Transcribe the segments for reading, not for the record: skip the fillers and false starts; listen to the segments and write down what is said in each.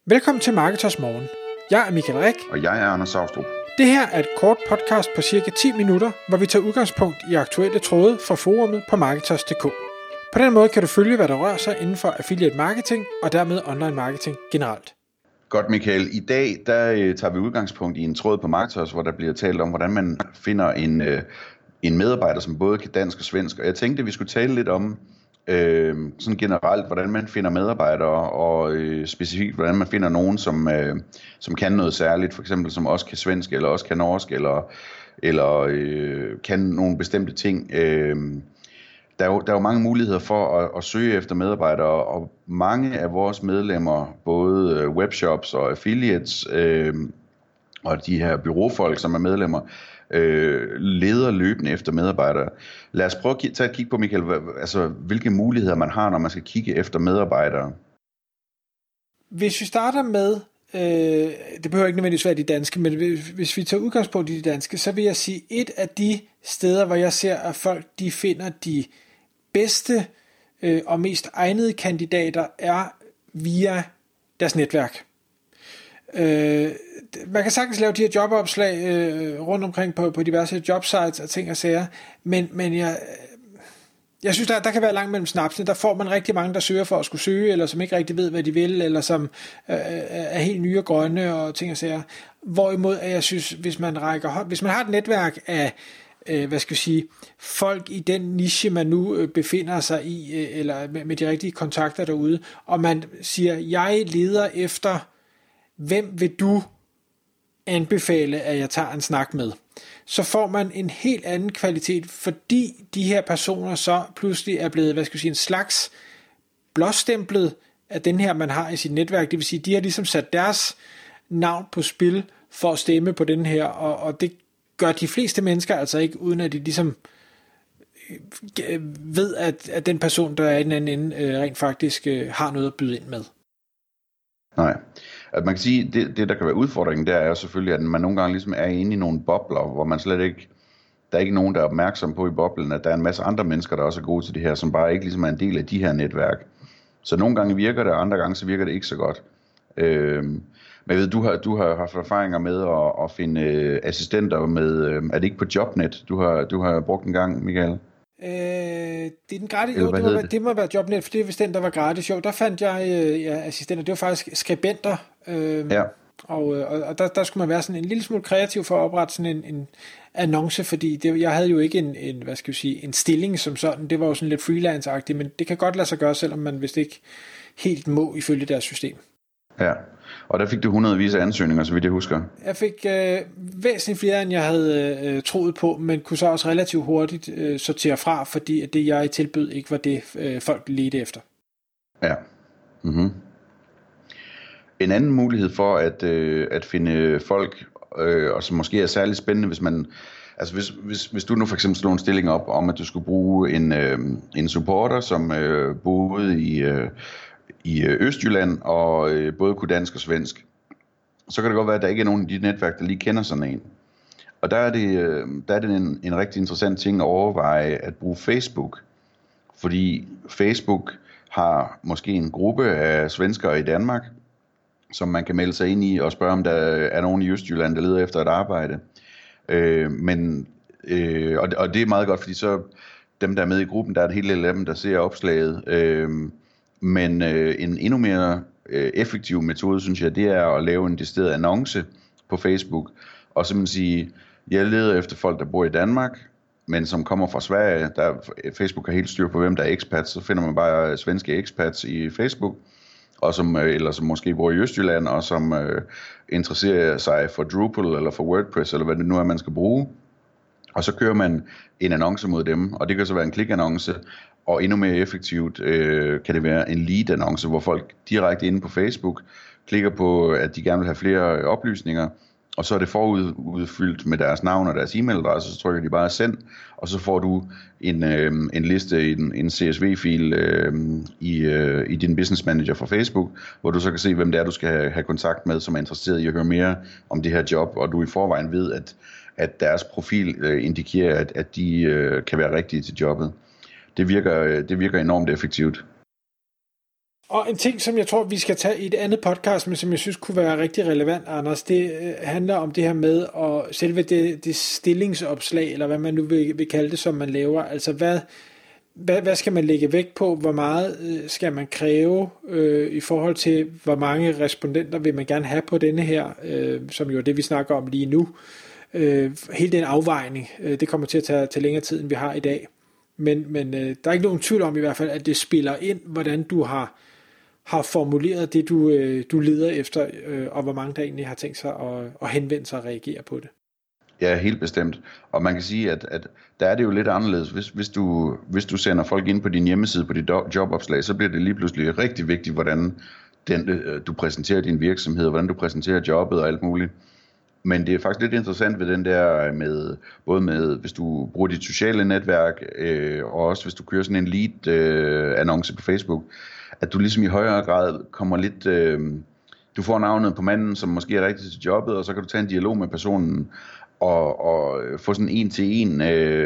Velkommen til Marketers Morgen. Jeg er Michael Rik. Og jeg er Anders Saustrup. Det her er et kort podcast på cirka 10 minutter, hvor vi tager udgangspunkt i aktuelle tråde fra forumet på Marketers.dk. På den måde kan du følge, hvad der rører sig inden for affiliate marketing og dermed online marketing generelt. Godt, Michael. I dag tager vi udgangspunkt i en tråd på Marketers, hvor der bliver talt om, hvordan man finder en medarbejder, som både kan dansk og svensk. Og jeg tænkte, at vi skulle tale lidt om sådan generelt, hvordan man finder medarbejdere, og specifikt, hvordan man finder nogen, som kan noget særligt, for eksempel som også kan svensk, eller også kan norsk, eller kan nogle bestemte ting. Der er jo mange muligheder for at søge efter medarbejdere, og mange af vores medlemmer, både webshops og affiliates, og de her bureaufolk, som er medlemmer, leder løbende efter medarbejdere. Lad os prøve at tage et kig på, Michael, hvilke muligheder man har, når man skal kigge efter medarbejdere. Hvis vi starter med, det behøver ikke nødvendigvis være de danske, men hvis vi tager udgangspunkt i de danske, så vil jeg sige, et af de steder, hvor jeg ser, at folk de finder de bedste og mest egnede kandidater, er via deres netværk. Man kan sagtens lave de her jobopslag rundt omkring på diverse jobsites og ting og sager, men jeg synes, der kan være langt mellem snapsene. Der får man rigtig mange, der søger for at skulle søge, eller som ikke rigtig ved, hvad de vil, eller som er helt nye og grønne og ting og sager. Hvorimod, jeg synes, hvis man har et netværk af folk i den niche, man nu befinder sig i, eller med de rigtige kontakter derude, og man siger, jeg leder efter, hvem vil du anbefale, at jeg tager en snak med, så får man en helt anden kvalitet, fordi de her personer så pludselig er blevet, en slags blåstemplet af den her, man har i sit netværk. Det vil sige, de har ligesom sat deres navn på spil for at stemme på den her, og det gør de fleste mennesker altså ikke, uden at de ligesom ved, at den person, der er i den anden ende, rent faktisk har noget at byde ind med. Nej. At man kan sige, det der kan være udfordringen, der er selvfølgelig, at man nogle gange ligesom er inde i nogle bobler, hvor man slet ikke, der er ikke nogen, der er opmærksom på i boblen, at der er en masse andre mennesker, der også er gode til det her, som bare ikke ligesom er en del af de her netværk. Så nogle gange virker det, og andre gange så virker det ikke så godt. Men jeg ved, du har haft erfaringer med at finde assistenter med, er det ikke på Jobnet, du har brugt en gang, Michael? Det er den gratis. Jo, det må være Jobnet, for det er vist den, der var gratis. Jo, der fandt jeg assistenter. Det var faktisk skribenter. Ja. Og der skulle man være sådan en lille smule kreativ for at oprette sådan en annonce, fordi jeg havde jo ikke en stilling som sådan. Det var jo sådan lidt freelance-agtigt, men det kan godt lade sig gøre, selvom man vist ikke helt må ifølge deres system. Ja. Og der fik du hundredvis af ansøgninger, så vidt jeg husker. Jeg fik væsentligt flere, end jeg havde troet på, men kunne så også relativt hurtigt sortere fra, fordi det, jeg tilbød, ikke var det, folk ledte efter. Ja. Mm-hmm. En anden mulighed for at finde folk, og som måske er særligt spændende, hvis man... Altså hvis du nu for eksempel slår en stilling op om, at du skulle bruge en supporter, som boede i Østjylland og både kunne dansk og svensk, så kan det godt være, at der ikke er nogen i dit netværk, der lige kender sådan en. Og der er det en rigtig interessant ting at overveje at bruge Facebook, fordi Facebook har måske en gruppe af svenskere i Danmark, som man kan melde sig ind i og spørge, om der er nogen i Østjylland, der leder efter et arbejde. Og det er meget godt, fordi så dem, der er med i gruppen, der er et helt lille af dem, der ser opslaget. Men en endnu mere effektiv metode, synes jeg, det er at lave en decideret annonce på Facebook, og simpelthen sige, jeg leder efter folk, der bor i Danmark, men som kommer fra Sverige. Facebook har helt styr på, hvem der er expats, så finder man bare svenske expats i Facebook, og som måske bor i Østjylland, og som interesserer sig for Drupal, eller for WordPress, eller hvad det nu er, man skal bruge. Og så kører man en annonce mod dem, og det kan så være en klikannonce, og endnu mere effektivt kan det være en lead-annonce, hvor folk direkte inde på Facebook klikker på, at de gerne vil have flere oplysninger, og så er det forudfyldt med deres navn og deres e-mailadresse, så trykker de bare send, og så får du en liste, en CSV-fil i din business manager fra Facebook, hvor du så kan se, hvem det er, du skal have kontakt med, som er interesseret i at høre mere om det her job, og du i forvejen ved, at deres profil indikerer, at de kan være rigtige til jobbet. Det virker enormt effektivt. Og en ting, som jeg tror, vi skal tage i et andet podcast, men som jeg synes kunne være rigtig relevant, Anders, det handler om det her med at selve det stillingsopslag, eller hvad man nu vil kalde det, som man laver. Altså hvad skal man lægge vægt på? Hvor meget skal man kræve i forhold til, hvor mange respondenter vil man gerne have på denne her, som jo er det, vi snakker om lige nu. Hele den afvejning, det kommer til at tage længere tid, end vi har i dag. Men der er ikke nogen tvivl om i hvert fald, at det spiller ind, hvordan du har formuleret det, du leder efter, og hvor mange der egentlig har tænkt sig at henvende sig og reagere på det. Ja, helt bestemt. Og man kan sige, at der er det jo lidt anderledes. Hvis du sender folk ind på din hjemmeside, på dit jobopslag, så bliver det lige pludselig rigtig vigtigt, hvordan du præsenterer din virksomhed, hvordan du præsenterer jobbet og alt muligt. Men det er faktisk lidt interessant ved den der både med, hvis du bruger dit sociale netværk, og også hvis du kører sådan en lead-annonce på Facebook, at du ligesom i højere grad kommer lidt... du får navnet på manden, som måske er rigtig til jobbet, og så kan du tage en dialog med personen, og få sådan en-til-en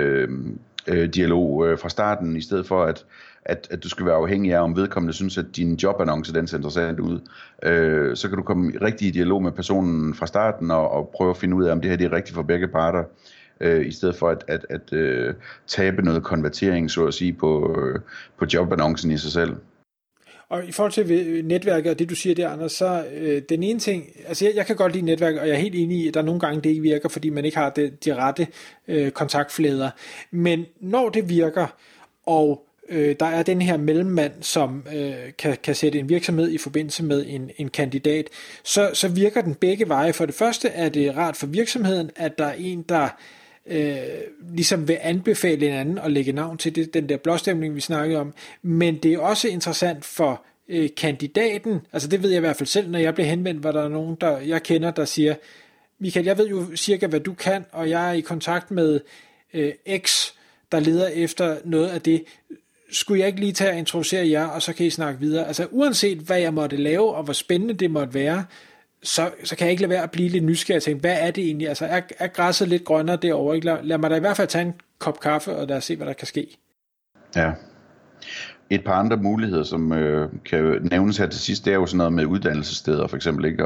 dialog fra starten, i stedet for at du skal være afhængig af, om vedkommende synes, at din jobannonce den ser interessant ud. Så kan du komme rigtig i dialog med personen fra starten, og prøve at finde ud af, om det her det er rigtigt for begge parter, i stedet for at tabe noget konvertering, så at sige, på jobannoncen i sig selv. Og i forhold til netværket og det du siger der, Anders, så den ene ting, altså jeg kan godt lide netværk, og jeg er helt enig i, at der er nogle gange det ikke virker, fordi man ikke har de rette kontaktflader. Men når det virker, og der er den her mellemmand, som kan sætte en virksomhed i forbindelse med en kandidat, så virker den begge veje. For det første er det rart for virksomheden, at der er en, der ligesom vil anbefale en anden og lægge navn til det, den der blåstemning, vi snakkede om, men det er også interessant for kandidaten, altså det ved jeg i hvert fald selv, når jeg bliver henvendt, hvor der er nogen, der jeg kender, der siger, Michael, jeg ved jo cirka, hvad du kan, og jeg er i kontakt med X, der leder efter noget af det. Skulle jeg ikke lige tage at introducere jer, og så kan I snakke videre? Altså uanset hvad jeg måtte lave, og hvor spændende det måtte være, så kan jeg ikke lade være at blive lidt nysgerrig og tænke, hvad er det egentlig? Altså er græsset lidt grønnere derovre? Ikke? Lad mig da i hvert fald tage en kop kaffe, og lad os se, hvad der kan ske. Ja. Et par andre muligheder, som kan nævnes her til sidst, det er jo sådan noget med uddannelsessteder, for eksempel, ikke?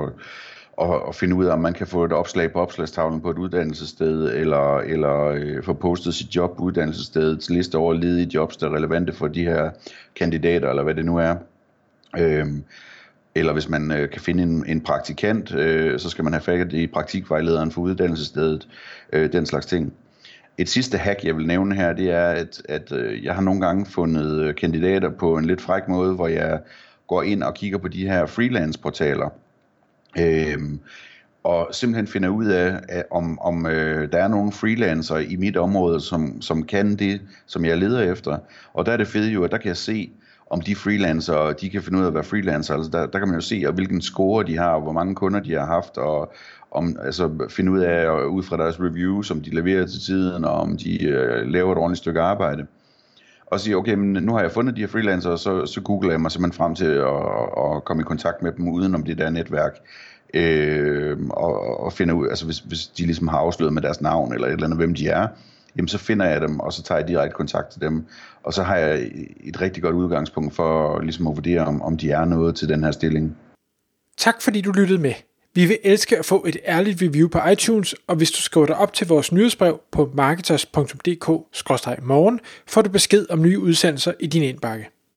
Og finde ud af, om man kan få et opslag på opslagstavlen på et uddannelsessted, eller få postet sit job på uddannelsesstedets liste over ledige jobs, der er relevante for de her kandidater, eller hvad det nu er. Eller hvis man kan finde en praktikant, så skal man have fat i praktikvejlederen for uddannelsesstedet, den slags ting. Et sidste hack, jeg vil nævne her, det er, at jeg har nogle gange fundet kandidater på en lidt fræk måde, hvor jeg går ind og kigger på de her freelance-portaler, og simpelthen finder ud af, om der er nogle freelancer i mit område, som kan det, som jeg leder efter. Og der er det fede jo, at der kan jeg se, om de freelancere, de kan finde ud af at være freelancer. Altså der kan man jo se, hvilken score de har, hvor mange kunder de har haft, og finde ud af, ud fra deres reviews, om de leverer til tiden, og om de laver et ordentligt stykke arbejde. Og sige, okay, men nu har jeg fundet de her freelancere, så googler jeg mig simpelthen frem til at komme i kontakt med dem uden om det der netværk. Og finder ud, altså hvis de ligesom har afsløret med deres navn, eller et eller andet, hvem de er, jamen så finder jeg dem, og så tager jeg direkte kontakt til dem. Og så har jeg et rigtig godt udgangspunkt for ligesom at vurdere, om de er noget til den her stilling. Tak fordi du lyttede med. Vi vil elske at få et ærligt review på iTunes, og hvis du skriver dig op til vores nyhedsbrev på marketers.dk/morgen, får du besked om nye udsendelser i din indbakke.